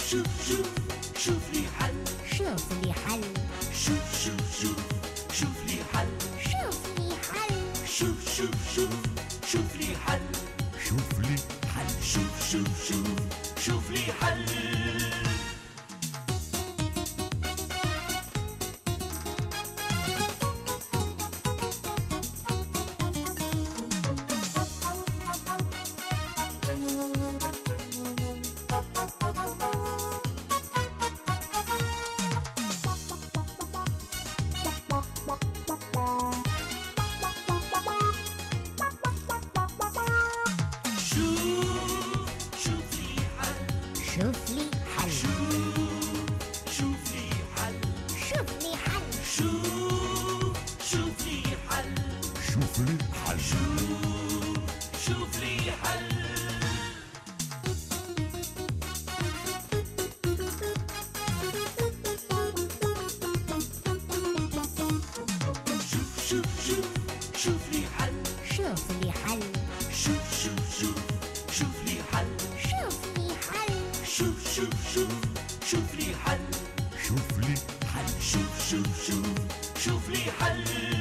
شوف شوف شوف لي حل، شوف لي حل، شوف شوف شوف شوف لي حل، شوف لي حل، شوف شوف شوف شوف لي حل، شوف لي حل، شوف شوف شوف شوف لي حل. شوف لي حل، شوف لي حل، شوف لي حل، شوف لي حل، شوف لي حل، شوف لي حل. شوف شوف شوف شوف لي حل، شوف لي حل، شوف شوف شوف شوف لي حل، شوف لي حل، شوف شوف شوف شوف لي حل، شوف لي حل، شوف شوف شوف شوف لي حل.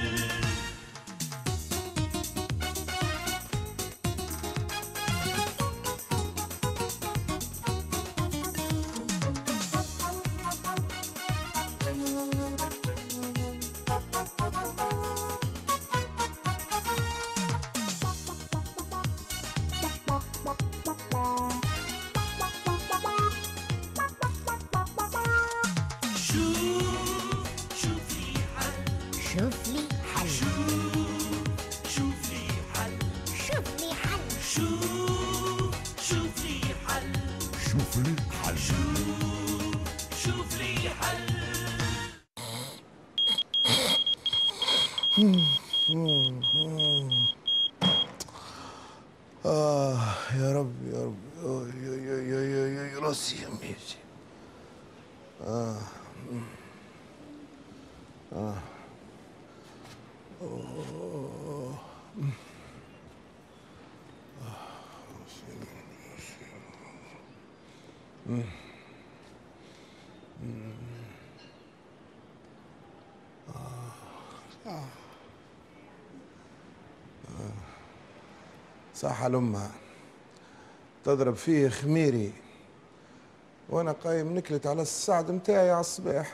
شوف لي حل، شوف لي حل، شوف لي حل، شوف لي حل، شوف لي حل، شوف لي حل. يا رب يا رب، يا راسي يا ميزي. صح لأمها تضرب فيه خميري وانا قايم نكلت على السعد متاعي على الصباح.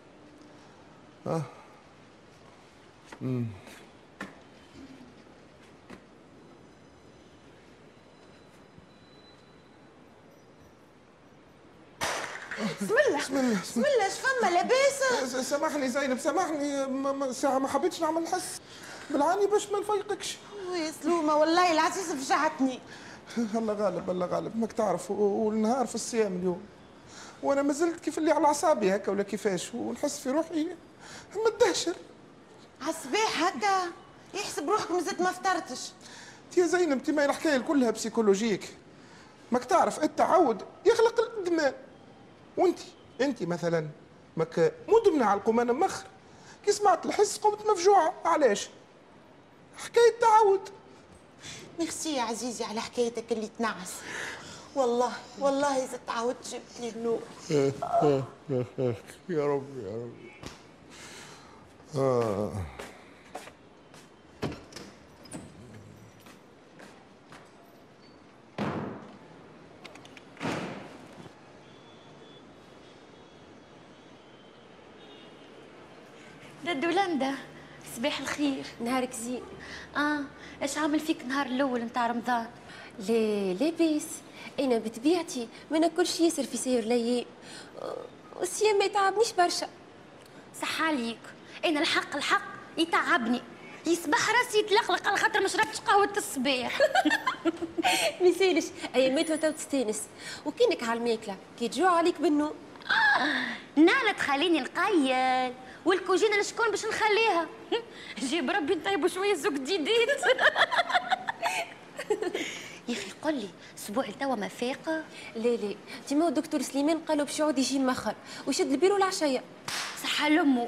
بسم الله بسم الله بسم الله. اش فما لاباس؟ سامحني زينب، سامحني ساعة ما حبيتش نعمل حس بالعاني باش ما نفيقكش. يا سلومة والله العزيز فجعتني. الله غالب الله غالب، ماك تعرف والنهار في الصيام اليوم وانا ما زلت كيف اللي على اعصابي هكا ولا كيفاش، ونحس في روحي متدهشر. عالصباح هكا يحسب روحك مازلت ما فطرتش. يا زينب انت ما الحكايه كلها بسيكولوجيك، ماك تعرف التعود يخلق الادمان، وانت مثلا ماك مدمنه على القمانه مخر، كي سمعت الحس قمت مفجوعه. علاش؟ حكايه تعود. ميرسي يا عزيزي على حكايتك اللي تنعس. والله إذا تعودت جبت لي النور. يا رب يا رب. دد ولندا، صباح الخير. نهارك زين. ايش عامل فيك نهار الاول نتاع رمضان؟ لا لاباس، انا بطبيعتي ما ناكلش ياسر في ساير الايام، والصيام ما يتعبنيش برشا. صح عليك، انا الحق يتعبني، يصبح راسي يتلقلق على خاطر ما شربتش قهوه الصباح. ما يسالش، ايامات تو تستانس، وكينك على الماكله كي تجوع عليك بالنوم. نانا تخليني نقيل، والكوجينه لشكون باش نخليها؟ جيب ربي نطيبوا شويه زوق جديد. يا اخي قل لي، اسبوع لتوا ما فاق؟ لا ديما الدكتور سليمان قالوا باش يعود يجي المخر ويشد البيرو العشيه. صحة لامو.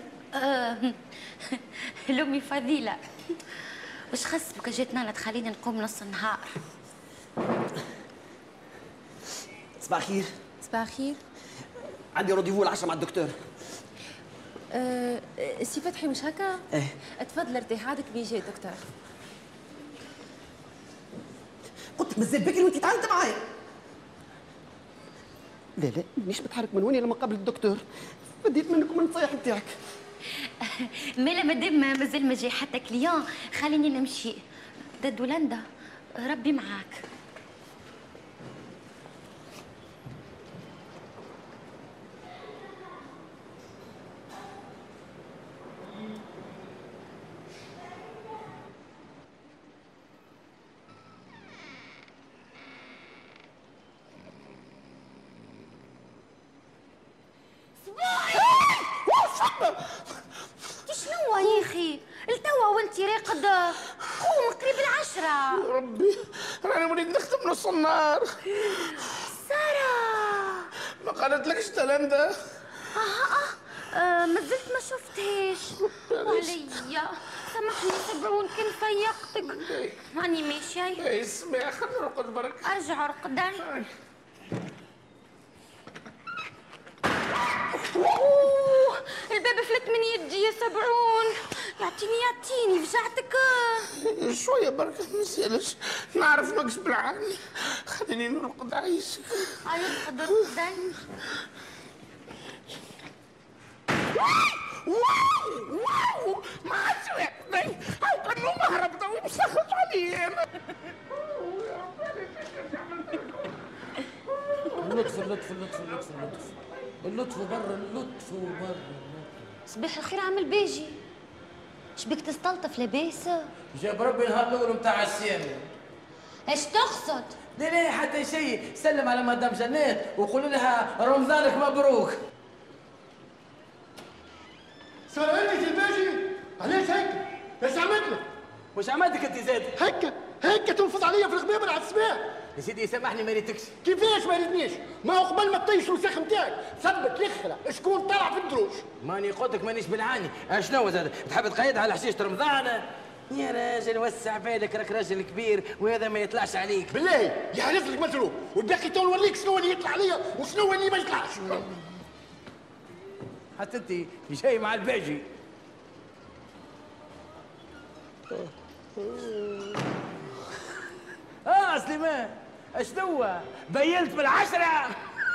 لامي فضيله. واش خصك جات نانا تخليني نقوم نص النهار؟ صباح الخير. صباح الخير. عندي رونديفو العشرة مع الدكتور. سي فتحي مش هكا؟ ايه تفضل ارتاح، عادك بيجي دكتور. قلت لك مازال بكري وانت تعاند معايا. لا مانيش بتحرك من هوني لما قابل الدكتور. بديت منكم النصايح نتاعك. مالا مادام مازال ما جاي حتى كليون خليني نمشي. داد ولندا ربي معاك. شنو يا اخي؟ التوا وانت راقد قوم قريب العشرة. ربي راني مريد نختم نص النهار. سارة ما قالتلكش تلندا؟ مازلت ما شفتهاش. عليا سامحني سبعون كان فيقتك. هاني ماشي. اي اسمع خلينا نرقد برك. ارجع رقدان. الباب فلت من يدي يا سبعون. يعطيني فجعتك. شويه برك ما نسالش، نعرف نقص بالعاني. خليني نرقد عايشك. ارقد رقدان. واو ما عادش يقضي او كانه مهرب تو مسخط علي انا. اللطف اللطف اللطف اللطف اللطف اللطف برا اللطف برا. صباح الخير عامل بيجي. شبيك تستلطف لاباس؟ جاب ربي نهار الاول نتاع السيامة. ايش تقصد؟ لا حتى شيء. سلم على مدام جنات وقول لها رمضانك مبروك. سألتك الباجي علاش هيك؟ ايش عملت لك؟ وش عملتك انت زاد؟ هيك تنفض عليا في الغبابه على الصباح. يا سيدي سامحني ما ريتكش. كيفاش ما ريتنيش؟ ما هو قبل ما تطيش الوساخ نتاعك ثبت يخلع شكون طلع في الدروج. ماني قلت لك مانيش بالعاني. شنو زاد؟ تحب تقيدها على حشيشه رمضان؟ يا راجل وسع بالك راك راجل كبير وهذا ما يطلعش عليك. بالله يحلف لك مجروب والباقي تو نوريك شنو اللي يطلع عليا وشنو اللي ما يطلعش. حتى انت جاي مع الباجي. سليمان شنو بينت بالعشرة؟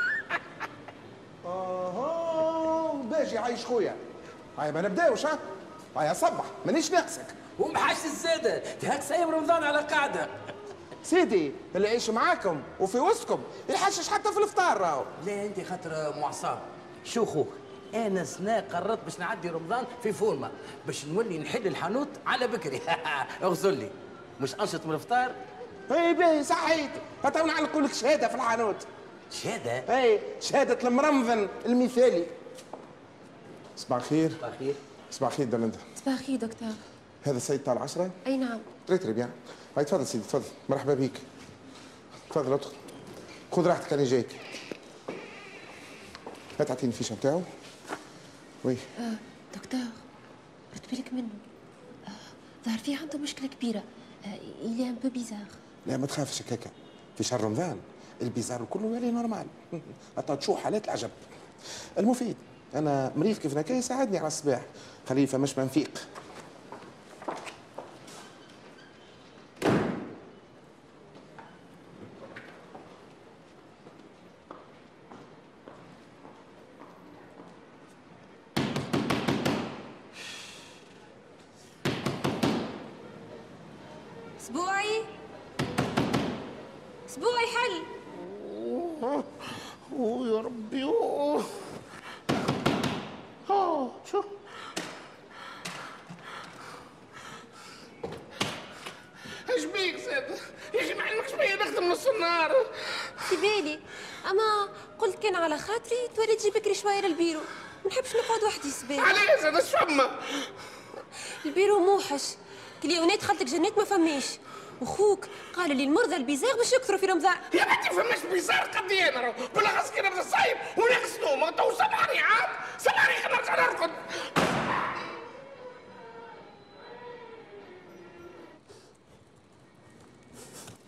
باجي عايش خويا. هاي ما نبداوش. هاي صبح مانيش ناقصك. ومحش الزادة هاك سايب رمضان على قاعدة. سيدي اللي يعيش معاكم وفي وسطكم يحشش حتى في الفطار راهو. لا انت خاطر معصاب. شو خوك انا سنة قررت باش نعدي رمضان في فورمه باش نولي نحل الحانوت على بكري. اغزر لي مش انشط من الفطار. اي باهي صحيت. تو نعلقوا لك شهاده في الحانوت. شهاده؟ اي شهاده المرمضن المثالي. صباح الخير. صباح الخير. صباح الخير دلندا. صباح الخير دكتور. هذا السيد تاع العشرة؟ اي نعم. تري بيان. هاي تفضل سيدي تفضل. مرحبا بك. تفضل ادخل. خذ راحتك انا جايك. هات تعطيني الفيشه نتاعو. وي. دكتور رد بالك منه. ظهر فيه عنده مشكلة كبيرة. إلي ان بو بيزار. لا ما تخافش هكاكا. في شهر رمضان البيزار كله يولي نورمال. حتى تشوف حالات العجب. المفيد انا مريض كيف هكا يساعدني على الصباح. خليه فماش ما نفيق. اسبوعي حل. يا ربي. شو ايش بيك زاد؟ يا اخي ما علمكش بيا نخدم نص النهار. في بالي اما قلت كان على خاطري تولي تجي بكري شويه للبيرو. ما نحبش نقعد وحدي الصباح. علاش زاد اش فما؟ البيرو موحش. كليونات دخلتك جنات ما فماش. وخوك قال لي المرضى البيزاغ باش يكثروا في رمضان. يا بنتي فماش بيزار قد ايه انا بالاخص كي نبدا الصايم وناقص نوم. تو سامحني عاد سامحني خلينا نرجع نرقد.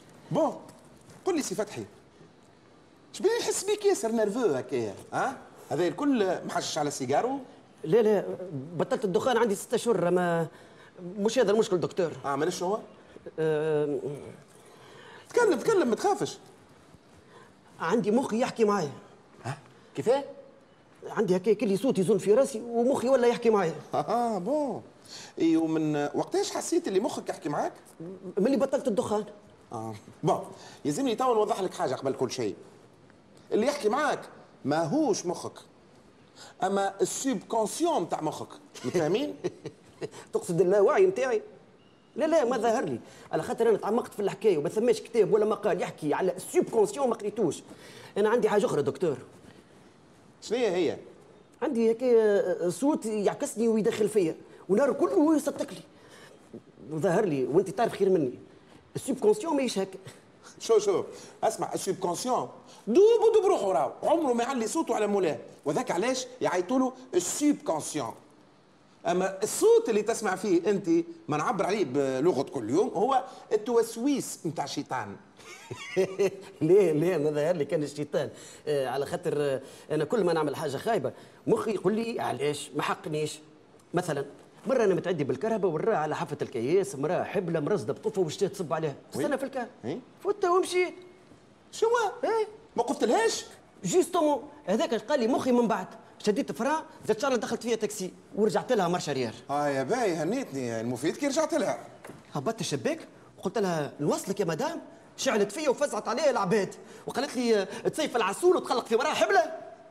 بون قل لي سي فتحي شبيني نحس بيك ياسر نرفو هكايا. هذا الكل محشش على السيجارو؟ لا لا، بطلت الدخان عندي 6 اشهر، ما مش هذا المشكل دكتور. مانيش شنو هو؟ أه... تكلم ما تخافش. عندي مخي يحكي معايا. ها كيفاه؟ عندي هكا كل صوت يزون في راسي ومخي ولا يحكي معايا. بون. اي ومن وقتاش حسيت اللي مخك يحكي معاك؟ ملي بطلت الدخان. بون يلزمني تو نوضح لك حاجه قبل كل شيء. اللي يحكي معاك ماهوش مخك، اما السوب كونسيون تاع مخك، متفاهمين؟ تقصد اللاوعي نتاعي؟ لا لا، ما ظهر لي، على خاطر انا تعمقت في الحكايه وما ثماش كتاب ولا مقال يحكي على السوب كونسيون ما قريتوش. انا عندي حاجه اخرى دكتور. شنو هي؟ عندي هكا صوت يعكسني ويدخل فيا ونهار كله هو يصدق لي. ظهر لي وانت تعرف خير مني، السوب كونسيون ماهيش هكا. شو اسمع، السوب كونسيون دوب روحه راهو عمره ما يعلي صوته على مولاه، وذاك علاش يعيطوا له السوب كونسيون. اما الصوت اللي تسمع فيه انت ما نعبر عليه بلغه كل يوم هو التوسويس نتاع الشيطان. ليه ما ظهر لي كان الشيطان. على خاطر انا كل ما نعمل حاجه خايبه مخي يقول لي علاش ما حقنيش. مثلا مره انا متعدي بالكهرباء وراه على حافه الكياس مراه حبله مرصده بطفه وشتات تصب عليها، استنى في الكهرباء فوتها ومشيت. شو ما قفتلهاش؟ جوستومون هذاك قال لي مخي. من بعد شديت فرا زاد شهر دخلت فيها تاكسي ورجعت لها مارشا ريال. يا باي هنيتني، المفيد كي رجعت لها. هبطت الشباك وقلت لها نوصلك يا مدام، شعلت فيا وفزعت عليها العباد وقالت لي تسيف العسول وتخلق في مراه حبله.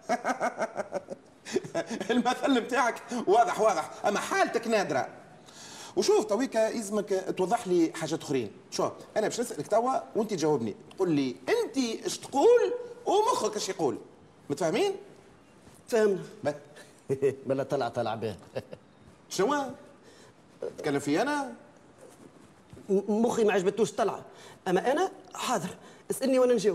المثل نتاعك واضح، اما حالتك نادره. وشوف تويكا يلزمك توضح لي حاجات اخرين. شوف انا باش نسالك توا وانت تجاوبني، تقول لي انت اش تقول ومخك اش يقول، متفاهمين؟ فهمنا. بلا طلع بها. شنو؟ تكلم في انا؟ مخي ما عجبتوش طلعه، اما انا حاضر اسالني وانا نجاوب.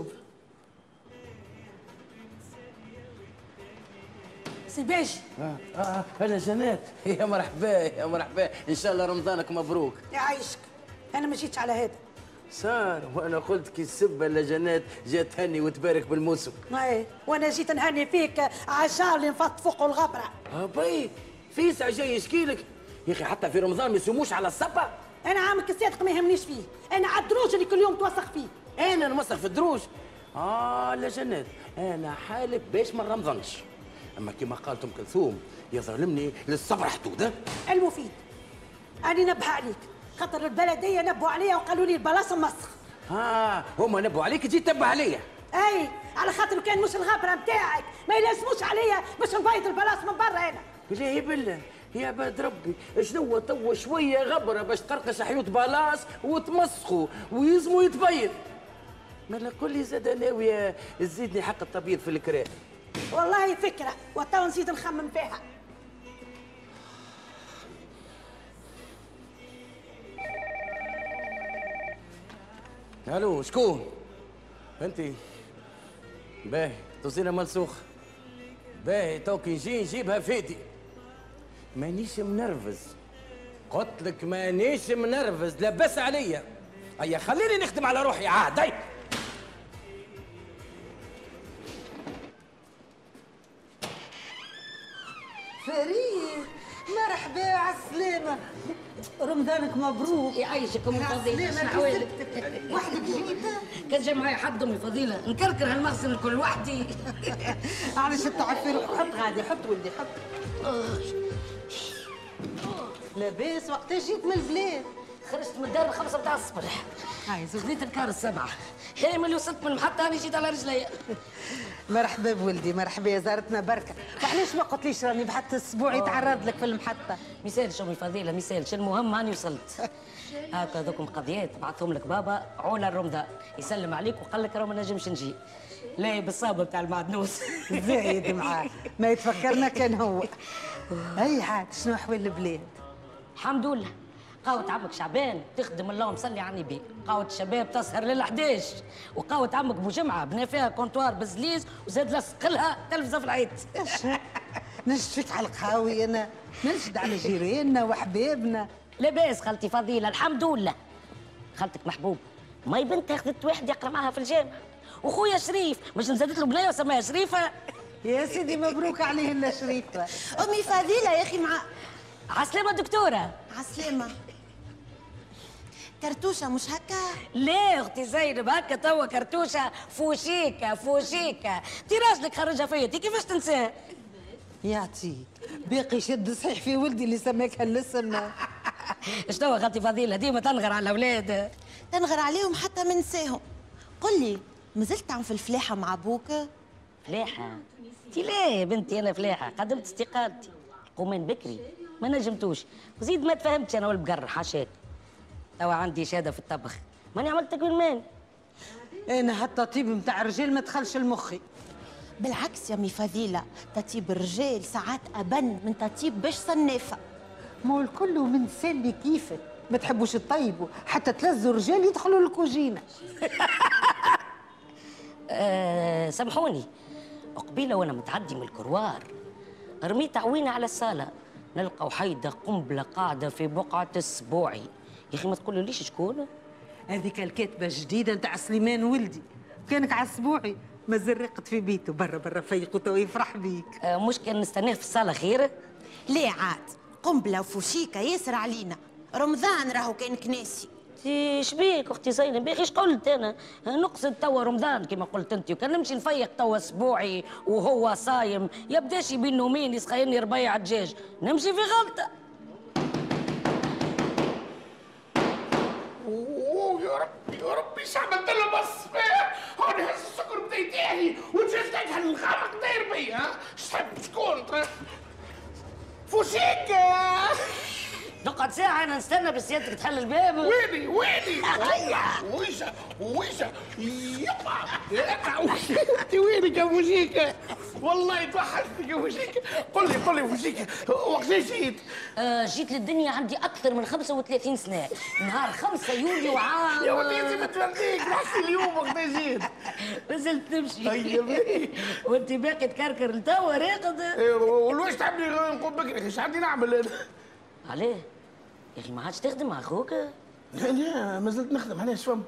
سي باجي. هلا جنات، يا مرحبا ان شاء الله رمضانك مبروك. يعيشك، انا ما جيتش على هذا. صار وانا قلت كي السبه لجنات جات تهني وتبارك بالموسم. اي وانا جيت نهني فيك عشان اللي نفط فوق الغبره. باي فيسع جاي يشكي لك يا اخي، حتى في رمضان ما يسموش على الصبه. انا عامك الصادق ما يهمنيش فيه، انا على الدروج اللي كل يوم توسخ فيه. انا نوسخ في الدروج؟ لا جنات، انا حالف باش ما رمضانش، اما كما قالت ام كلثوم يظلمني للصبر حدود. المفيد اني نبه عليك، خاطر البلديه نبهوا عليا وقالوا لي البلاصه مسخ. هما نبهوا عليك تجي تنبه عليا؟ اي على خاطر كان مش الغبره نتاعك ما يلزموش عليا باش نبيض البلاصه من برا. انا بالله يا باد ربي شنو توا شويه غبره باش تقرقش حيوط بلاص وتمسخوا ويزموا يتبيض. مالا كل زاد ناويه تزيدني حق التبييض في الكراء. والله فكره وتوا نزيد نخمم فيها. الو شكون؟ انتي؟ باهي توصينا ملسوخ. باهي تو كي نجي نجيبها فيدي. مانيش منرفز، قلت لك مانيش منرفز، لبس عليا. هيا خليني نخدم على روحي عاد. فريد مرحبا على السلامة، رمضانك مبروك. يعيشك ام فضيله. شنو حوالك؟ وحدك جيتة؟ كان جاي معايا حد ام فضيله نكركر هالمغسل الكل وحدي. علاش تعرفي؟ حط غادي، حط ولدي حط. لاباس؟ وقتاش جيت من البلاد؟ خرجت من الدار 5 متاع الصبح. هاي زغليت الكار 7. هي ملي وصلت من المحطه انا جيت على رجليا. مرحبا بولدي، مرحبا، زارتنا بركه. وعلاش ما قلتليش راني بحث اسبوع يتعرض لك في المحطه؟ ميسالش امي فضيله ميسالش، المهم هاني وصلت. هاكا دوكم قضيات بعثهم لك بابا عولة الرمضان يسلم عليك وقال لك راه ما نجمش نجي. لا بالصابه بتاع المعدنوس. زايد معاه ما يتفكرنا كان هو. اي عاد شنو احوال البلاد؟ الحمد لله. قهوة عمك شعبان تخدم الله ومصلي على النبي، قهوة الشباب تسهر ليل 11، وقهوة عمك بوجمعة بنى فيها كونتوار بزليز وزاد لصق لها تلفزة في العيد. نشفيك على القهاوي، انا نشد على جيراننا وحبابنا. لاباس خالتي فضيلة الحمد لله. خالتك محبوب ماي بنت اخذت واحد يقرا معها في الجامع، وخويا شريف مش نزادت له بنيه وسماها شريفه. يا سيدي مبروك عليه الشريطة. امي فضيله يا اخي مع عسلامة دكتورة. عسلامه. كرتوشه مش هكا؟ ليه اختي زينب هكا توا كرتوشه فوشيكا فوشيكا، تي راجلك خرجها فيا، تي كيفاش تنساه؟ يعطيك باقي شد صحيح في ولدي اللي سماك هالاسم. شنو خالتي فضيله ديما تنغر على الاولاد؟ تنغر عليهم حتى ما ننساهم. قل لي مازلت عم في الفلاحه مع ابوك؟ فلاحه؟ انت ليه بنتي انا فلاحه؟ قدمت استقالتي قومين بكري ما نجمتوش، وزيد ما تفهمتش انا والبقر حاشاك. توا عندي شهاده في الطبخ، ماني عملت تكوين مال. انا حتى طيب متاع الرجال ما دخلش لمخي. بالعكس يا امي فضيله، تطيب الرجال ساعات ابن من تطيب باش صنافه. ما هو الكل من سالي كيفك، ما تحبوش تطيبوا حتى تلزوا الرجال يدخلوا الكوجينه. سامحوني، قبيله وانا متعدي من الكروار رميت عوينه على الصاله، نلقى وحيده قنبله قاعده في بقعه السبوعي. يا اخي ما تقولوا ليش شكون؟ هذيك الكاتبه الجديده نتاع سليمان ولدي، كانك على السبوعي مازال راقد في بيته برا فيقوا تو يفرح بيك. مش كان نستناه في الصاله خير؟ ليه عاد قنبله وفوشيكا ياسر علينا، رمضان راهو كان كناسي. شبيك اختي زينب؟ يا اخي ايش قلت انا؟ نقصد توا رمضان كما قلت انت، وكان نمشي نفيق توا اسبوعي وهو صايم يبداش بين نومين يسخيني ربيع دجاج، نمشي في غلطه. يا ربي ايش عملت له بس؟ هون هز السكر بدا يتاهي وجهزت هالخرق داير بيا. ها شحال شكون؟ فوشيكا. نقعد ساعة أنا نستنى بسيادتك تحل الباب. ويلي ويشا يبا انت وينك يا فوشيكا؟ والله توحشتك يا فوشيكا. قل لي فوشيكا وقتاش جيت؟ جيت للدنيا عندي أكثر من 35 سنة، نهار 5 يوليو عام. يا ولدي انت ما تفرقيك، نحكي اليوم وقتاش جيت. مازلت تمشي وانت باقي تكركر لتوا راقد. ولواش تحبني نقوم بكري؟ ايش عندي نعمل انا؟ عليه؟ يا اخي ما عادش تخدم مع اخوك؟ لا ما زلت نخدم. علاش فهم؟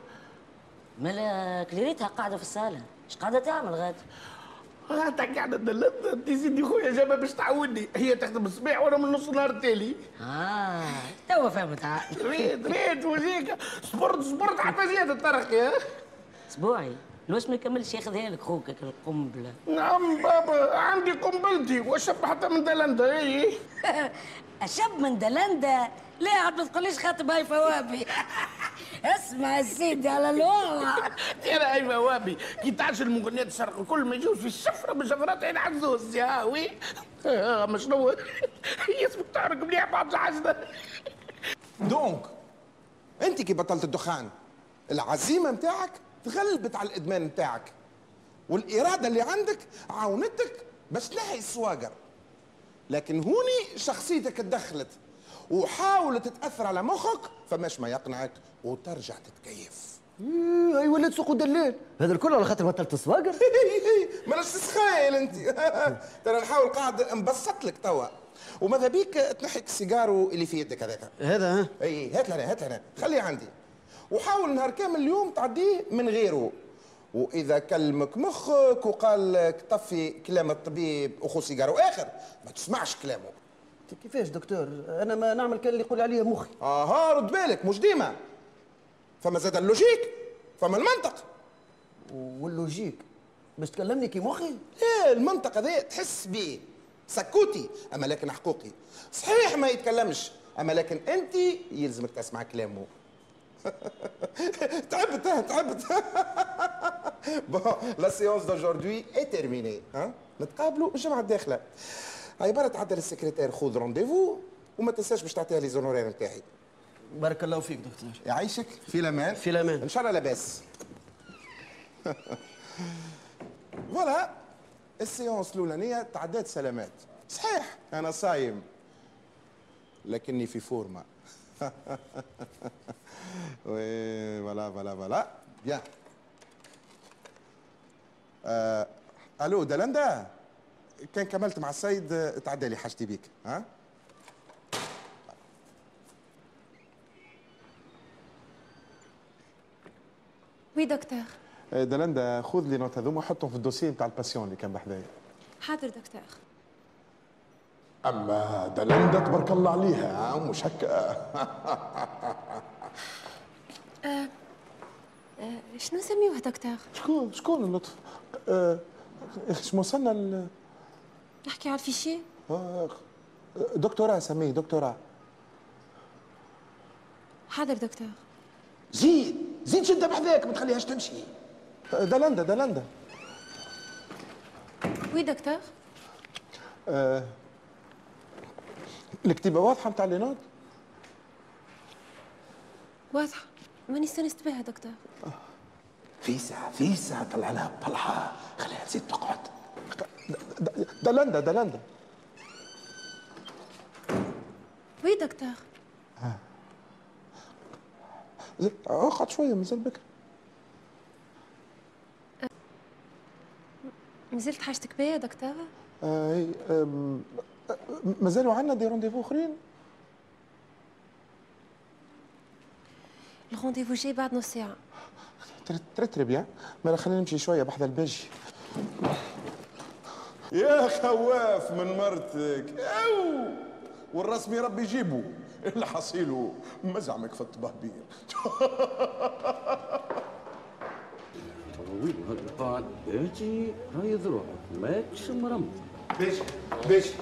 مالا كليريتها قاعده في الصاله، ايش قاعده تعمل غاد؟ انت قاعده دلت انت سيدي خويا جابها باش تعودني، هي تخدم الصباح وانا من نص النهار التالي. توا فهمت عاد. ريت وجيك صبرت حتى زياده الترقي. اسبوعي لوش ما يكملش ياخذها لك خوك القنبله؟ نعم بابا عندي قنبلتي واشب حتى من دلندا. اي اشب من دلندا؟ لا عاد ما تقوليش خاطب هاي فوابي. اسمع يا سيدي على الواقع. يا هاي فوابي كي تعرف المغنيات الشرق الكل ما يجوش في الشفره بشفرات عين عزوز. يا وي مش شنو هي اسمك تعرف مليح بعض حاجه. دونك انت كي بطلت الدخان العزيمه نتاعك تغلبت على الادمان نتاعك، والاراده اللي عندك عاونتك باش تنحي السواقر، لكن هوني شخصيتك تدخلت وحاولت تاثر على مخك فماش ما يقنعك وترجع تتكيف. اي ولات سوق دلال هذا الكل على خاطر بطلت السواقر. ماناش تتخيل انت. ترى نحاول قاعد نبسط لك توا، وماذا بيك تنحيك السيجارو اللي في يدك هذاك هذا. ها اي هات لنا خليه عندي، وحاول نهار كامل اليوم تعديه من غيره، واذا كلمك مخك وقال لك طفي كلام الطبيب وخو سيجارو اخر ما تسمعش كلامه. كيفاش دكتور؟ انا ما نعمل كان اللي يقول عليه مخي. رد بالك مش ديما فما زاد اللوجيك فما المنطق. واللوجيك باش تكلمني كي مخي؟ ايه المنطق هذا تحس بيه سكوتي اما لكن حقوقي، صحيح ما يتكلمش اما لكن انت يلزمك تسمع كلامه. تعبت. بون لا سيونس دوجوردي اي تيرميني. نتقابلوا الجمعه الداخله. هاي برا تعدل السكرتير خذ رونديفو وما تنساش باش تعطيها لي زونورير نتاعي. بارك الله فيك دكتور. يعيشك في الامان. في الامان ان شاء الله لاباس. فوالا السيونس الاولانيه تعدات سلامات. صحيح انا صايم لكني في فورما. وي فوالا بيان. الو دلندا، كان كملت مع السيد تعدى لي حاجتي بيك. وي دكتور. دلندا خذ لي نوت هذوما وحطهم في الدوسيه نتاع الباسيون اللي كان بحذايا. حاضر دكتور. اما دلندا تبارك الله عليها مش هكا. شنو نسميوه دكتور؟ شكون اللطف؟ اسمه وصلنا نحكي على الفيشي. دكتوراه، سميه دكتوراه. حاضر دكتور. زيد شدها بحذاك ما تخليهاش تمشي. دلندا. وي دكتور. الكتيبة واضحة متاع لينود؟ واضحة، ماني استانست بها دكتور. فيسا طلع لها بطلحة، خليها تزيد تقعد. دلندا. وي دكتور. اقعد شوية مازال بكري. مازلت حاجتك بيا دكتور؟ مازالوا عندنا دي رونديفو اخرين. الرونديفو جاي بعد نص ساعة. تري بيان، ما خلينا نمشي شوية بحذا الباجي. يا خواف من مرتك والرسمي ربي يجيبه اللي حصيله مزعمك في الطبابير. وين هالقطان باجي هاي ذروع ماكش مرمط. باجي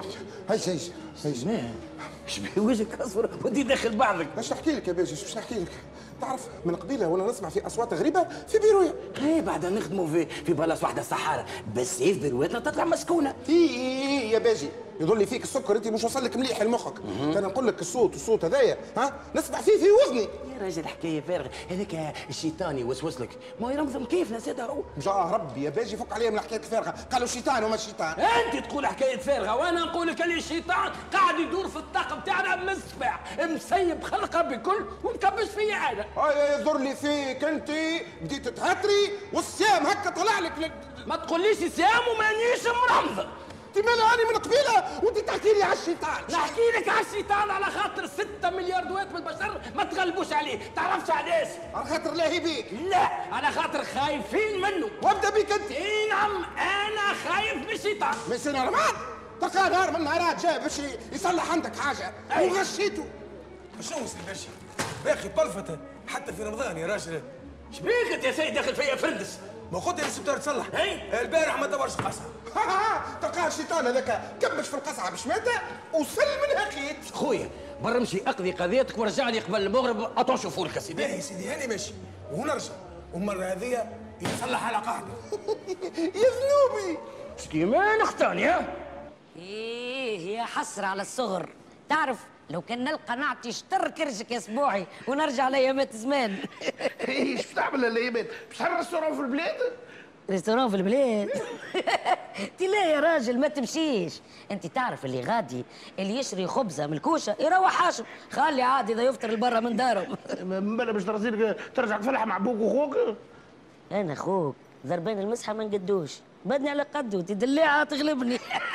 هاي ما شبيه وجهك اصفر ودي داخل بعضك. باش نحكي لك يا باجي، باش نحكي لك. تعرف من قبيله وانا نسمع في اصوات غريبه في بيرويا. ايه بعدها نخدموا في بلاص واحده الصحارى، بس في بيرواتنا تطلع مسكونه. ايه يا باجي، يظل لي فيك السكر، انت مش وصل لك مليح لمخك. كان نقول لك الصوت هذايا نسمع فيه في وزني. يا راجل حكايه فارغه، هذاك الشيطان يوسوس لك، ما يرمزم كيف نسيتها هو. جاء ربي يا باجي فك عليا من الحكايات الفارغه، قالوا الشيطان وما الشيطان. انت تقول حكايه فارغه وانا نقول لك اللي الشيطان قاعد يدور في الطاقم تاعنا مسبع مسيب خلقه بكل ومكبش فيا انا. يظهر لي فيك انت بديت تهتري والسيام هكا طلع لك. ما تقوليش سيام ومانيش مرمزه. انت مالها اني من قبيله وانت تحكي لي على الشيطان. نحكي لك على الشيطان على خاطر 6 مليار دوات من البشر ما تغلبوش عليه، تعرفش علاش؟ على خاطر لاهي بيك؟ لا، على خاطر خايفين منه. وابدا بيك انت. اي نعم، انا خايف من الشيطان. من سنة رمضان تلقى نهار من النهارات جاء باش يصلح عندك حاجه وغشيته. شنو سي باشا؟ باقي طلفته حتى في رمضان يا راجل. شبيك انت يا سيد داخل فيا فردس؟ ما قلت لي السبتار تصلح. اي البارح ما دورش قصعه. تلقاه الشيطان هذاك كبش في القصعه بشماته وسل منها خيط. خويا برا امشي اقضي قضيتك ورجع لي قبل المغرب اطون شوفوا لك يا سيدي. باهي سيدي هاني ماشي ونرجع، والمره هذه يصلح على قاعده. يا ذنوبي كيما نختاني ايه يا حسرة على الصغر. تعرف لو كان نلقى نعطي شطر كرشك يا اسبوعي ونرجع ليامات زمان. ايش تعمل الايامات؟ باش تحل ريستورون في البلاد؟ ريستوران في البلاد؟ انت لا يا راجل ما تمشيش. انت تعرف اللي غادي اللي يشري خبزه من الكوشه يروح حاشم، خلي عادي اذا يفطر البرة من دارهم. من بلا باش ترجع تفلح مع ابوك واخوك. انا اخوك ضربان المسحه ما نقدوش، بدني على قدو تدلعها تغلبني.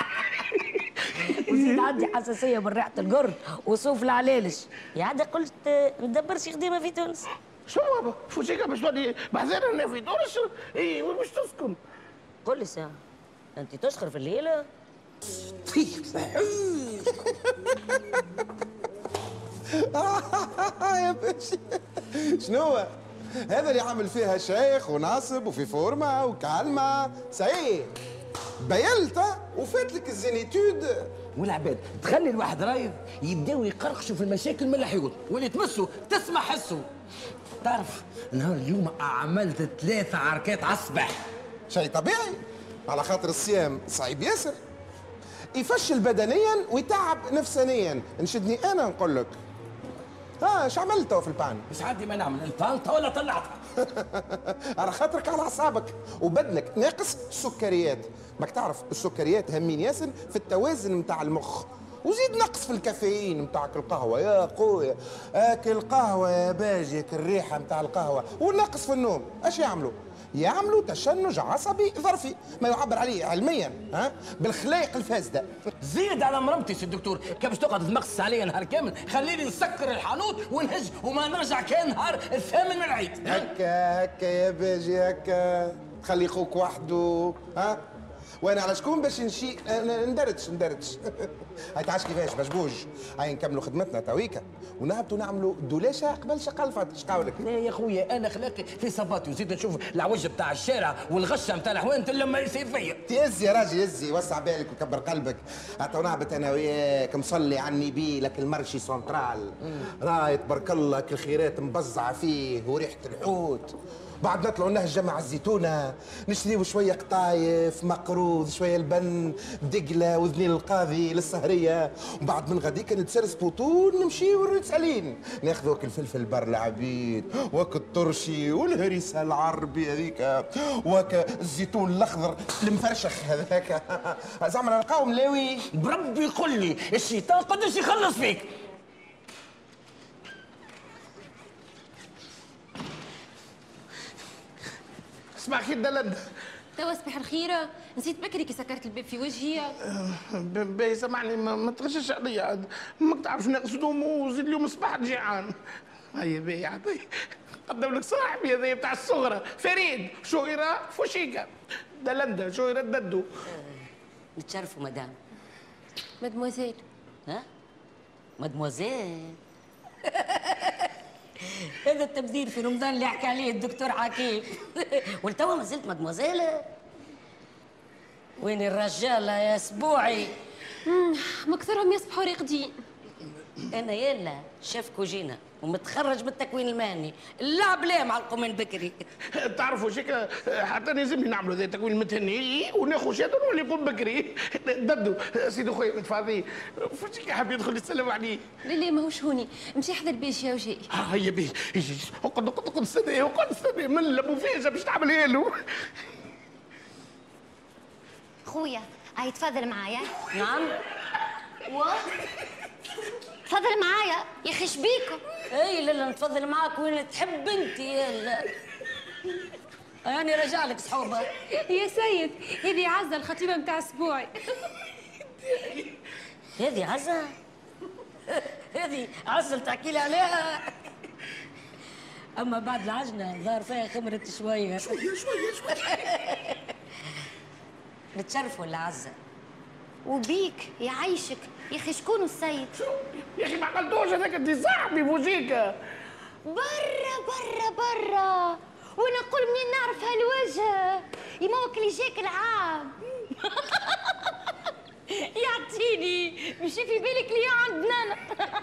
وزيد عندي حساسيه من ريحه القرد وصوف العلالش. يا عاد قلت ندبرش خديمه في تونس. شو بابا فوشيكا باش تولي محزنه انا في تونس؟ اي وين باش تسكن؟ قول لي ساعه انت تشخر في الليله؟ يا باشا شنو هذا اللي عامل فيها شيخ وناصب وفي فورمه وكالمه سعيد بيلت وفات لك الزينيتود. والعباد تخلي الواحد رايض يبداو يقرقشوا في المشاكل من الحيوط واللي تمسوا تسمع حسوا. تعرف نهار اليوم عملت 3 عركات على الصباح. شيء طبيعي على خاطر الصيام صعيب ياسر، يفشل بدنيا ويتعب نفسانيا. نشدني انا نقول لك اش عملت في البان؟ مش عندي ما نعمل البان ولا طلعتها. على خاطرك على اعصابك وبدنك ناقص السكريات. ماك تعرف السكريات هامين ياسر في التوازن نتاع المخ، وزيد نقص في الكافيين نتاعك القهوه يا خويا. اكل قهوه يا باجيك الريحه نتاع القهوه، ونقص في النوم. اش يعملوا تشنج عصبي ظرفي، ما يعبر عليه علميا بالخلايق الفاسده. زيد على مرمتي سي الدكتور، كيف باش تقعد تمقص عليا نهار كامل؟ خليني نسكر الحانوت ونهج وما نرجع كان نهار الثامن من العيد. هكا يا باجي هكا تخلي خوك وحده وانا على شكون باش نشي ندردش هاي تعرفش كيفاش بجبوج. هاي نكملوا خدمتنا تويكا ونهبطوا نعملوا دولاشة قبل شقلفة. اش قولك؟ لا يا خويا انا خلاقي في صباطي وزيد نشوف العوج بتاع الشارع والغشه بتاع الحوانت لما يصير فيا. يزي يا راجل يزي، وسع بالك وكبر قلبك. تو نهبط انا وياك مصلي على النبي لك المرشي سنترال راي تبارك الله كل خيرات مبزعه فيه وريحه الحوت. بعد نطلعوا نهجة مع الزيتونة نشريو شوية قطايف مقروض شوية البن دقلة وذنين القاضي للسهرية. وبعد من غاديك نتسرس بوطون نمشيو للرسالين ناخذوا وك الفلفل بر العبيد وك الترشي والهريسة العربي هذيك وك الزيتون الأخضر المفرشخ هذاك. زعما نلقاو ملاوي بربي قل لي الشيطان قداش يخلص فيك. اسمع خي الدلد توا صباح الخيرة، نسيت بكري كي سكرت الباب في وجهي. باهي سامحني ما تغشش عليا عاد، ماك تعرفش ناقص دوم وزيد اليوم صباح جيعان. هيا باهي عاد قدم لك صاحبي هذايا بتاع الصغرى فريد شهيرة فوشيكا دلندة شهيرة ددو. نتشرفوا مدام. مادموزيل. ها؟ مادموزيل. هذا التبذير في رمضان اللي حكى عليه الدكتور حكيم. ولتوا ما زلت مادموزيل؟ وين الرجاله يا اسبوعي؟ مكثرهم يصبحوا راقدين. انا يلا شاف كوجينا ومتخرج من التكوين المهني، اللعب ليه مع القومين بكري. تعرفوا شيك حتى لازمني نعملوا ذا تكوين المتهني وناخذ شهاده ونولي يقوم بكري. ددو سيدي خويا متفاضي فوشيك حاب يدخل يسلم عليه. لا ماهوش هوني، مشي حضر بيشيا وجاي. هيا بيه يجي اقعد استنى اقعد استنى من المفاجاه باش تعملها له. خويا هاي تفضل معايا. نعم. تفضل معايا يا اخي شبيكم. اي لا نتفضل معاك وين تحب انت. يلا يعني رجع لك صحوبه. يا سيد هذه عزة الخطيبة متاع اسبوعي. هذه عزة؟ هذه عزة تحكي لي عليها. اما بعد العجنه ظهر فيها خمرت شويه. شويه نتشرفوا العزة. وبيك يعيشك يا اخي شكون السيد؟ يا اخي ما عقلتوش هذاك انت صاحبي بوجيكا. برا وانا نقول منين نعرف هالوجه يموك اللي جاك العام. يعطيني مشي في بالك لي عندنا انا.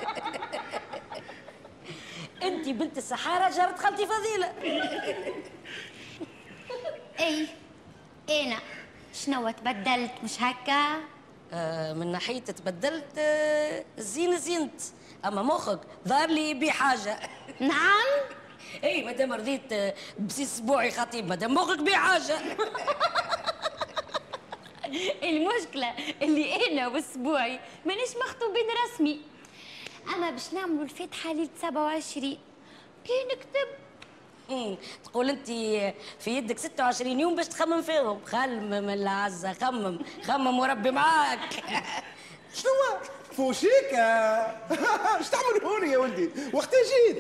انت بنت السحاره جارة خالتي فضيله. اي انا شنو تبدلت مش هكا؟ من ناحية تبدلت الزين زينت، أما مخك ظهر لي بحاجة. نعم؟ إي مادام رضيت بسيس أسبوعي خطيب مادام مخك بحاجة. المشكلة اللي أنا وأسبوعي مانيش مخطوبين رسمي، أما باش نعملوا الفاتحة ليلة 27 كي نكتب. تقول انت في يدك 26 يوم باش تخمم فيهم. خمم العزة خمم وربي معاك. شنو فوشيكا؟ اش تعمل هوني يا ولدي؟ وقتها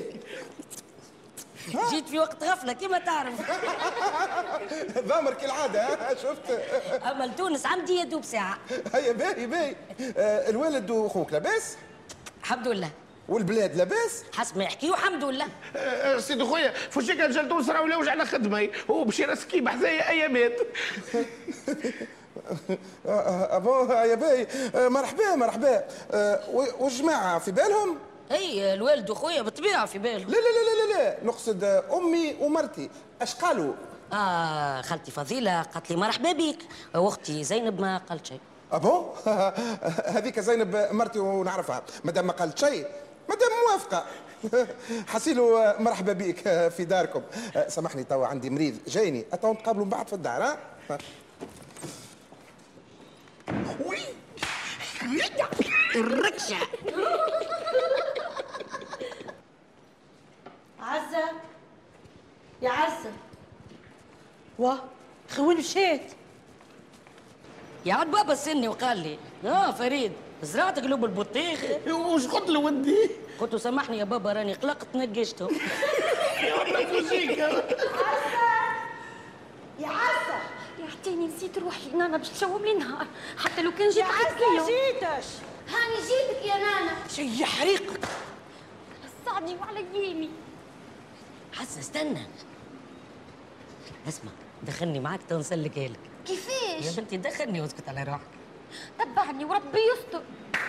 جيت في وقت غفلة كيما تعرف. ضامر كالعادة شفت. أما لتونس عندي يدوب ساعة. هيا باهي الوالد وأخوك لاباس؟ الحمد لله. والبلاد لاباس؟ حسب ما يحكيو الحمد لله. سيدي خويا فوشيكا جا لتونس راه ولاوش على خدمه هو باش يرسكي بحذايا ايامات. ابو يا باهي مرحبا والجماعه في بالهم؟ اي الوالد وخويا بالطبيعه في بالهم. لا نقصد امي ومرتي اش قالوا؟ خالتي فضيله قالت لي مرحبا بك، واختي زينب ما قالت شيء. ابو هذيك زينب مرتي ونعرفها، مادام ما قالت شيء مادام موافقه حسيلو مرحبا بك في داركم. سامحني توا عندي مريض جايني، اتوا نتقابلوا من بعد في الدار. ها الركشه. عزة يا عزة. خوين مشيت يا عاد بابا سني وقال لي فريد زرعت قلوب البطيخ. وش قلت له ودي؟ قلت له سامحني يا بابا راني قلقت نقشتهم. يا عزة حتى نسيت روحي نانا باش تشوم لي نهار، حتى لو كان جيت ما جيتش. هاني جيتك يا نانا. شي حريقك. سعدي وعلى يمي. حسن استنى، اسمع دخلني معاك تو نسلكها لك. كيفاش؟ يا بنتي دخلني واسكت على روحك. تبعني وربي يستر.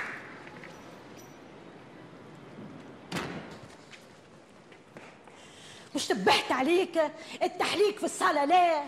مش تبهت عليك التحليك في الصالة ليه؟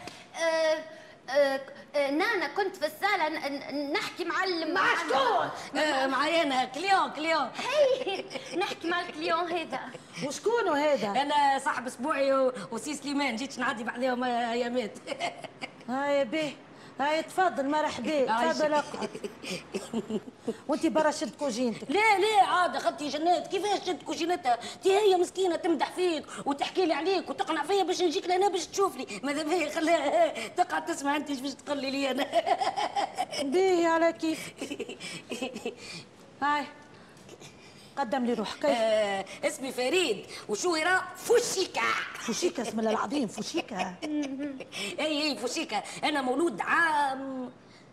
نانا كنت في الصالة نحكي مع مع شكون؟ معايا انا كليون. هي نحكي مع الكليون هذا. وشكون هذا؟ انا صاحب اسبوعي وسي سليمان، جيت نعدي بعدهم ايامات. هاي بيه، هاي تفضل مرحبا، تفضل اقعد. وانت برا شد كوجينتك. ليه عاد اخذتي جنات؟ كيفاش شد كوجينتها؟ تي هي مسكينه تمدح فيك وتحكي لي عليك وتقنع فيا باش نجيك لهنا باش تشوف لي، ماذا بيا خليها تقعد تسمع انت باش تقول لي انا. بيه على كيف. هاي قدم لي روحك. اسمي فريد وشهرة فوشيكا. فوشيكا اسم الله العظيم، فوشيكا. اي فوشيكا. انا مولود عام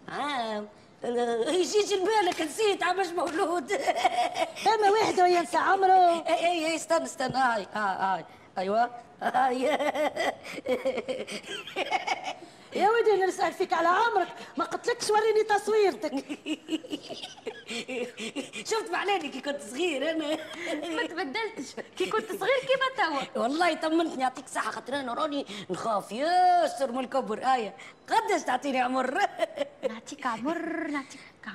يجيش لبالك نسيت عامش مولود. فما واحد ينسى عمره. اي استنى هاي ايوه هاي. يا ودي انا نسأل فيك على عمرك، ما قلتلكش وريني تصويرتك. شفت معلاني كي كنت صغير انا. ما تبدلتش، كي كنت صغير كيما توا. والله طمنتني، يعطيك الصحة، خاطر انا راني نخاف ياسر من الكبر. قداش تعطيني عمر؟ نعطيك عمر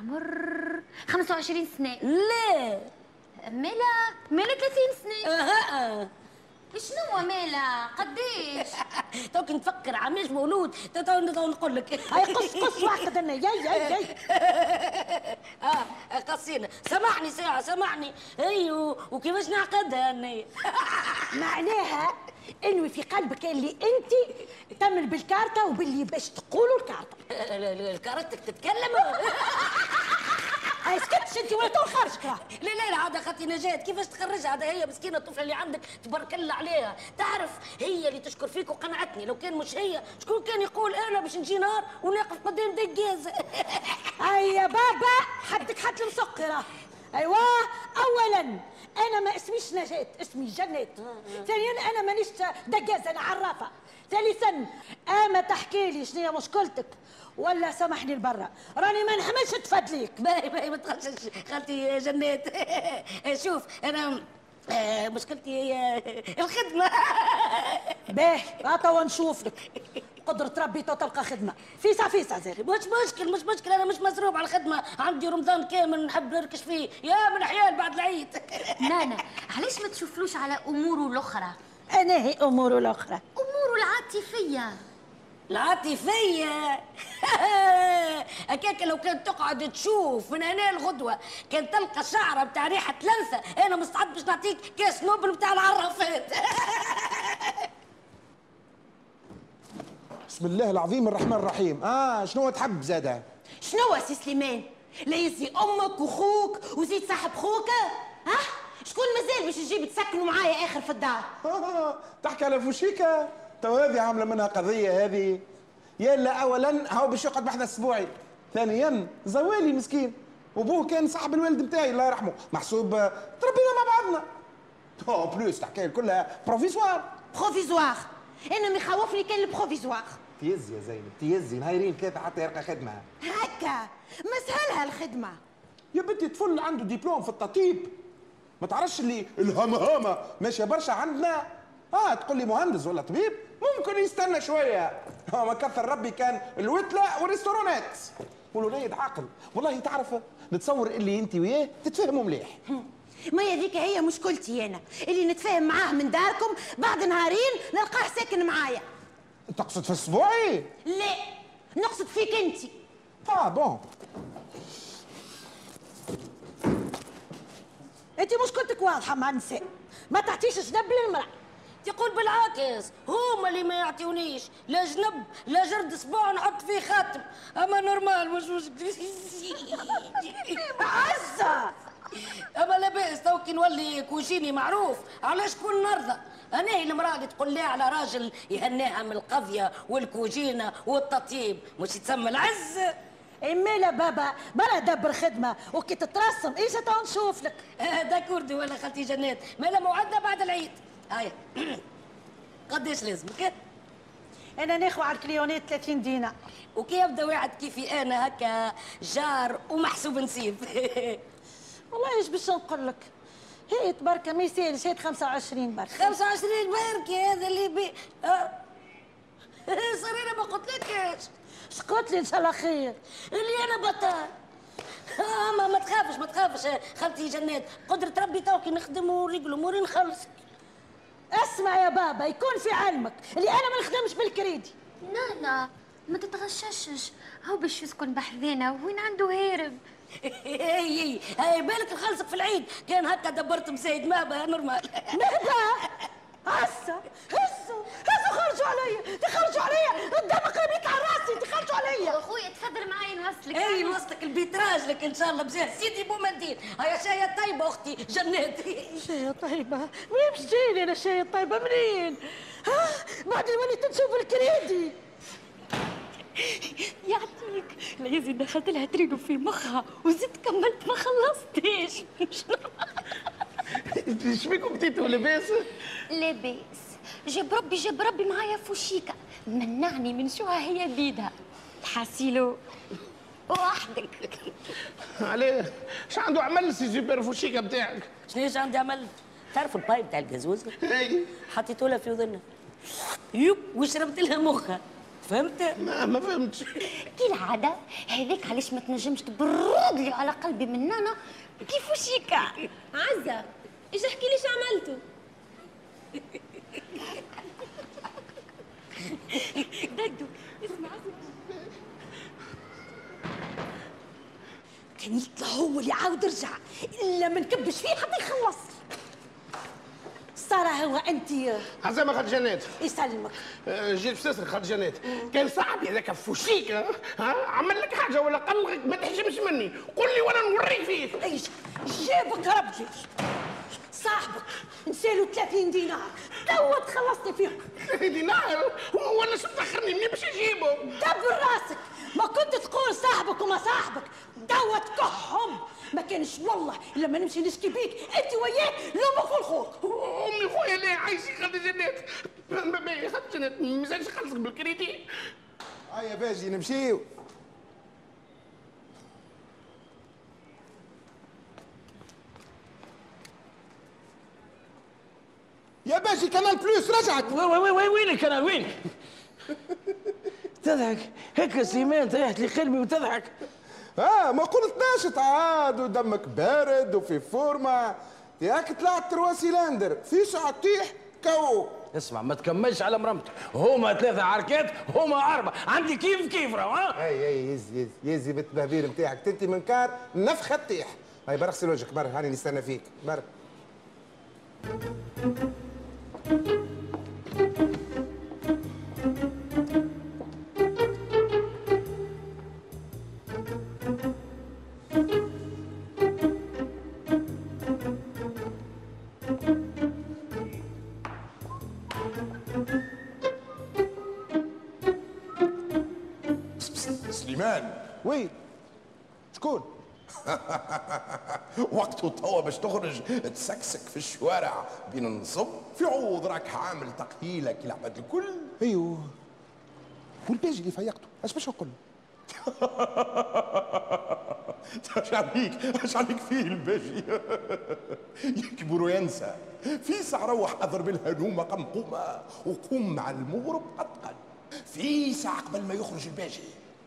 25 سنة. لا مالا 30 سنة. شنو مالا قديش؟ توك نفكر عماش مولود تو نقول لك. هاي قص وعقد انا ياي قصينا. سامحني ساعة سامحني. وكيفاش نعقدها انا؟ معناها انوي في قلبك اللي انت تعمل بالكارتة وباللي باش تقولوا الكارتة. الكارتك تتكلم؟ هاي سكتش انت ولا تو خارجك. لا عاد خاطي نجاة كيفاش تخرجها؟ هذا هي مسكينه الطفله اللي عندك تبارك الله عليها، تعرف هي اللي تشكر فيك وقنعتني. لو كان مش هي شكون كان يقول انا باش نجي نهار ونقف قدام دجاز. هاي يا بابا حدك حد المسكره. ايوه اولا انا ما اسميش نجاة، اسمي جنات. ثانيا انا مانيش دجاز، انا عرافه. ثالثا اما تحكي لي شنو هي مشكلتك ولا سامحني لبرا، راني ما نحملش تفدليك. باهي ما تخافش خالتي جنات. شوف انا مشكلتي هي الخدمه. باهي توا نشوف لك قدرة ربي تو تلقى خدمة فيسا زين. مش مشكل انا مش مصروف على الخدمة، عندي رمضان كامل نحب نركش فيه يا من حيال بعد العيد. نانا علاش ما تشوفلوش على اموره الاخرى؟ انا هي اموره الاخرى، اموره العاطفية. أكاك لو كانت تقعد تشوف من هنا الغدوة كان تلقى شعرة بتاع ريحة لنثة، أنا مستعد باش نعطيك كاس نوبل بتاع العرافات. بسم الله العظيم الرحمن الرحيم. شنو تحب زاده؟ شنو سي سليمان؟ لا يزي امك وخوك وزيد صاحب خوك. شكون مازال باش تجيب تسكنوا معايا اخر في الدار؟ تحكي على فوشيكا؟ تو هذه عامله منها قضيه هذه. يلا اولا هاو باش يقعد بحذا اسبوعي، ثانيا زوالي مسكين وابوه كان صاحب الوالد نتاعي الله يرحمه، محسوب تربينا مع بعضنا. بلوس تحكي كلها بروفيزوار. انا مخوفني كان البروفيزوار. تيزي يا زينب تيزي، نهايرين كذا حتى يلقى خدمه. هكا ما سهلها الخدمه يا بنتي. طفل عنده دبلوم في التطيب، ما تعرفش اللي الهمهمه ماشيه برشا عندنا. تقول لي مهندس ولا طبيب ممكن يستنى شويه. ما كثر ربي كان الوتله والريستورانات. والوليد عاقل والله. تعرف نتصور اللي انت وياه تتفاهموا مليح. ما هذيك هي مشكلتي انا، اللي نتفاهم معاه من داركم بعد نهارين نلقاه ساكن معايا. تقصد في اسبوعي؟ لا نقصد فيك انت. بون. انت مشكلتك واضحه مع النساء، ما تعطيش جنب للمرأة. تقول بالعكس هما اللي ما يعطيونيش لا جنب لا جرد صباع نحط فيه خاتم. اما نورمال مش مشكل. عزة اما لا باس تو كي نولي كوجيني معروف علاش كون نرضى. انا هي المراه اللي تقول لها على راجل يهناها من القضيه والكوجينه والتطيب مش يتسمى العز. مالا بابا برا دبر خدمه وكي تترسم اجا تو نشوف لك. داكوردي ولا خالتي جنات مالا موعدنا بعد العيد. هاي قداش لازمك؟ انا ناخذ على الكليونات 30 دينار. وكي يبدا واحد كيفي انا هكا جار ومحسوب نسيب. والله ايش باش نقول لك، هي تبارك ما يسالش، هي 25 برك. 25 برك هذا اللي بي صار انا ما قلتلكش. اش قلت لي ان شاء الله خير؟ اللي انا بطال. ما تخافش ما تخافش خالتي جنات، قدرة ربي تو كي نخدم ورجل اموري نخلص. اسمع يا بابا يكون في علمك اللي انا ما نخدمش بالكريدي. لا ما تتغششش، هو باش يسكن بحذانا وين عنده هارب. هاي بالك نخلصك في العيد كان هكا دبرت مسيد ما بها نورمال. ماذا؟ هسه خرجوا عليا تخرجوا عليا قدام قريبك على راسي تخرجوا عليا. اخويا تفضل معايا نوصلك. اي نوصلك البيت راجلك ان شاء الله بزاف. سيدي بومندين هيا شايه طيبه اختي جنات. شايه طيبه؟ منين باش تجيني انا شايه طيبه منين؟ ها بعد اللي وليت نشوف الكريدي. يعطيك لا يزيد دخلت لها تريدو في مخها وزدت كملت ما خلصتيش. ايش بيكم بديتوا لاباس؟ لاباس جاب ربي معايا فوشيكا منعني من شوها هي بيدها تحاسيلو وحدك. عليه اش عنده عمل سي سوبر فوشيكا بتاعك؟ شنو عندي عمل؟ تعرف الباي بتاع الجازوز؟ اي حطيته لها في اذنها يوب وشربت لها مخها. فهمت؟ ما فهمتش. كالعادة هذاك علاش ما تنجمش تبرد لي على قلبي من نانا كيف وشيكا. عزة ايش احكي لي شو عملتوا؟ دقدق اسمع كان يطلع هو اللي عاود رجع الا ما نكبش فيه حتى يخلص. صار هو انت عزيمة خالد جنات يسلمك. جيت بساسك خالد جنات، كان صاحبي هذاك فوشيكا عمل لك حاجه ولا قلقك ما تحشمش مني، قول لي وانا نوريك فيه. ايش جابك ربي صاحبك نسالو 30 دينار توا تخلصني فيهم. دينار وانا شو تاخرني منين باش نجيبه؟ دبر راسك، ما كنت تقول صاحبك وما صاحبك دوا تكحهم. ما كانش والله الا ما نمشي نشكي بيك انت وياه لامك والخوك. امي وخويا ليه عايشين خالد جنات؟ باهي خالد جنات مازالش خلصك بالكريدي. هيا باجي نمشيو. يا باجي كانال بلوس رجعت. وين الكنال وين؟ تضحك هيك سيمان طيحت لي قلبي وتضحك. ما قلتناش تعاد ودمك بارد وفي فورما ياك طلعت 3 سيلندر في ساعة تطيح كو. اسمع ما تكملش على مرمتك، هما 3 عركات هما 4 عندي كيف راهو. ها اي يزي بالتبهبير نتاعك تنتي من كار نفخه تطيح. هاي برا اغسل وجهك برا هاني نستنى فيك برا. سليمان وي شكون؟ وقته توا باش تخرج تسكسك في الشوارع بين النصب في عوض راك عامل تقهيله كي العباد الكل. ايوه والباجي اللي فيقته اش باش نقول له؟ اش عليك فيه الباجي؟ يكبر وينسى في ساعة روح اضرب الهنومه قمقومه وقوم مع المغرب قطقا في ساعة قبل ما يخرج الباجي.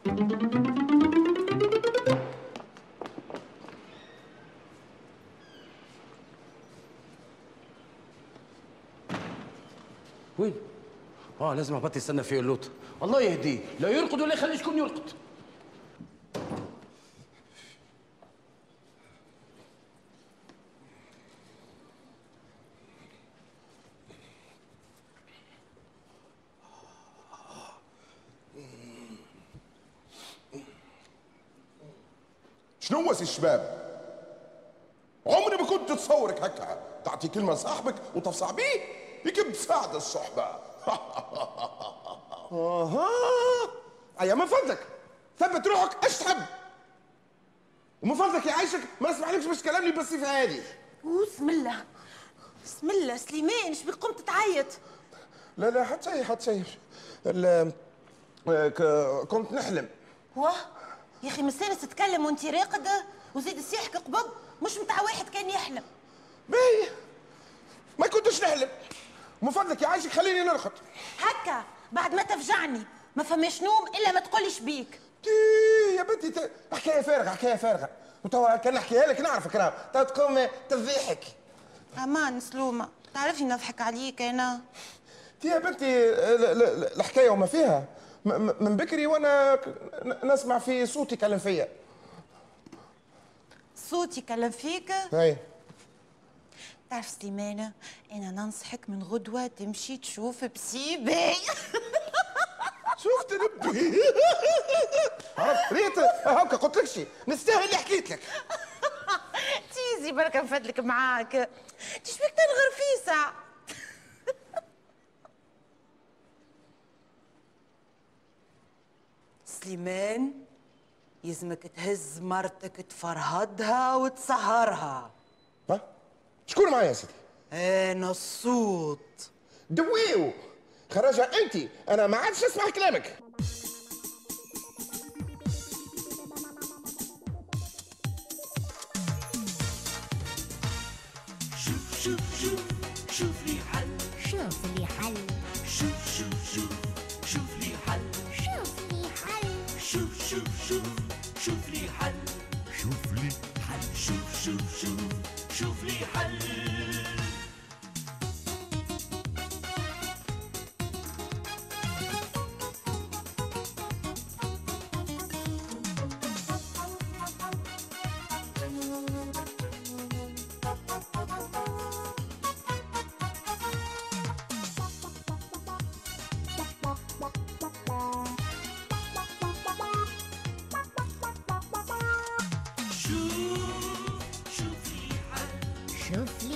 وين؟ لازم هبط يستنى فيه اللوط. الله يهديه لا يرقد ولا يخلي شكون يرقد. شنو هو سي الشباب؟ كنت تصورك هكا تعطي كلمه لصاحبك وتفصح بيه بك بتساعد الصحبه. اها ايا من فضلك ثبت روحك اش تحب، ومن فضلك يعيشك ما نسمحلكش باش تكلمني بالصفه هذه. بسم الله بسم الله. سليمان ايش بك قمت تعيط؟ لا لا حتى شيء كنت نحلم. واه يا اخي مستانس تتكلم وانت راقده وزيد سيحك قبض، مش متاع واحد كان يحلم. باهي ما كنتش نحلم، من فضلك يعيشك خليني نرقد هكا بعد ما تفجعني. ما فماش نوم الا ما تقوليش بيك. يا بنتي حكايه فارغه حكايه فارغه، وتوا كان نحكيها لك نعرفك راه توا تقوم تضحك. امان سلومه تعرفني نضحك عليك انا. يا بنتي الحكايه وما فيها من بكري وانا نسمع في صوتي يكلم فيا. صوتي يكلم فيك؟ اي تعرف سليمانه انا ننصحك من غدوه تمشي تشوف بسيبي. شفت ربي عرفت ريت هكا قلت لك شي نستاهل اللي حكيت لك. تيزي بركه نفدلك معاك تشبيك تنغر فيسع. سليمان يلزمك تهز مرتك تفرهدها وتسهرها. ها شكون معايا يا سيدي؟ انا الصوت دويو خرجها انت، انا ما عادش اسمع كلامك. شوف لي حل، شوف لي حل، شوف لي حل، شوف لي حل، شوف لي حل، شوف لي حل، شوف لي حل. شوف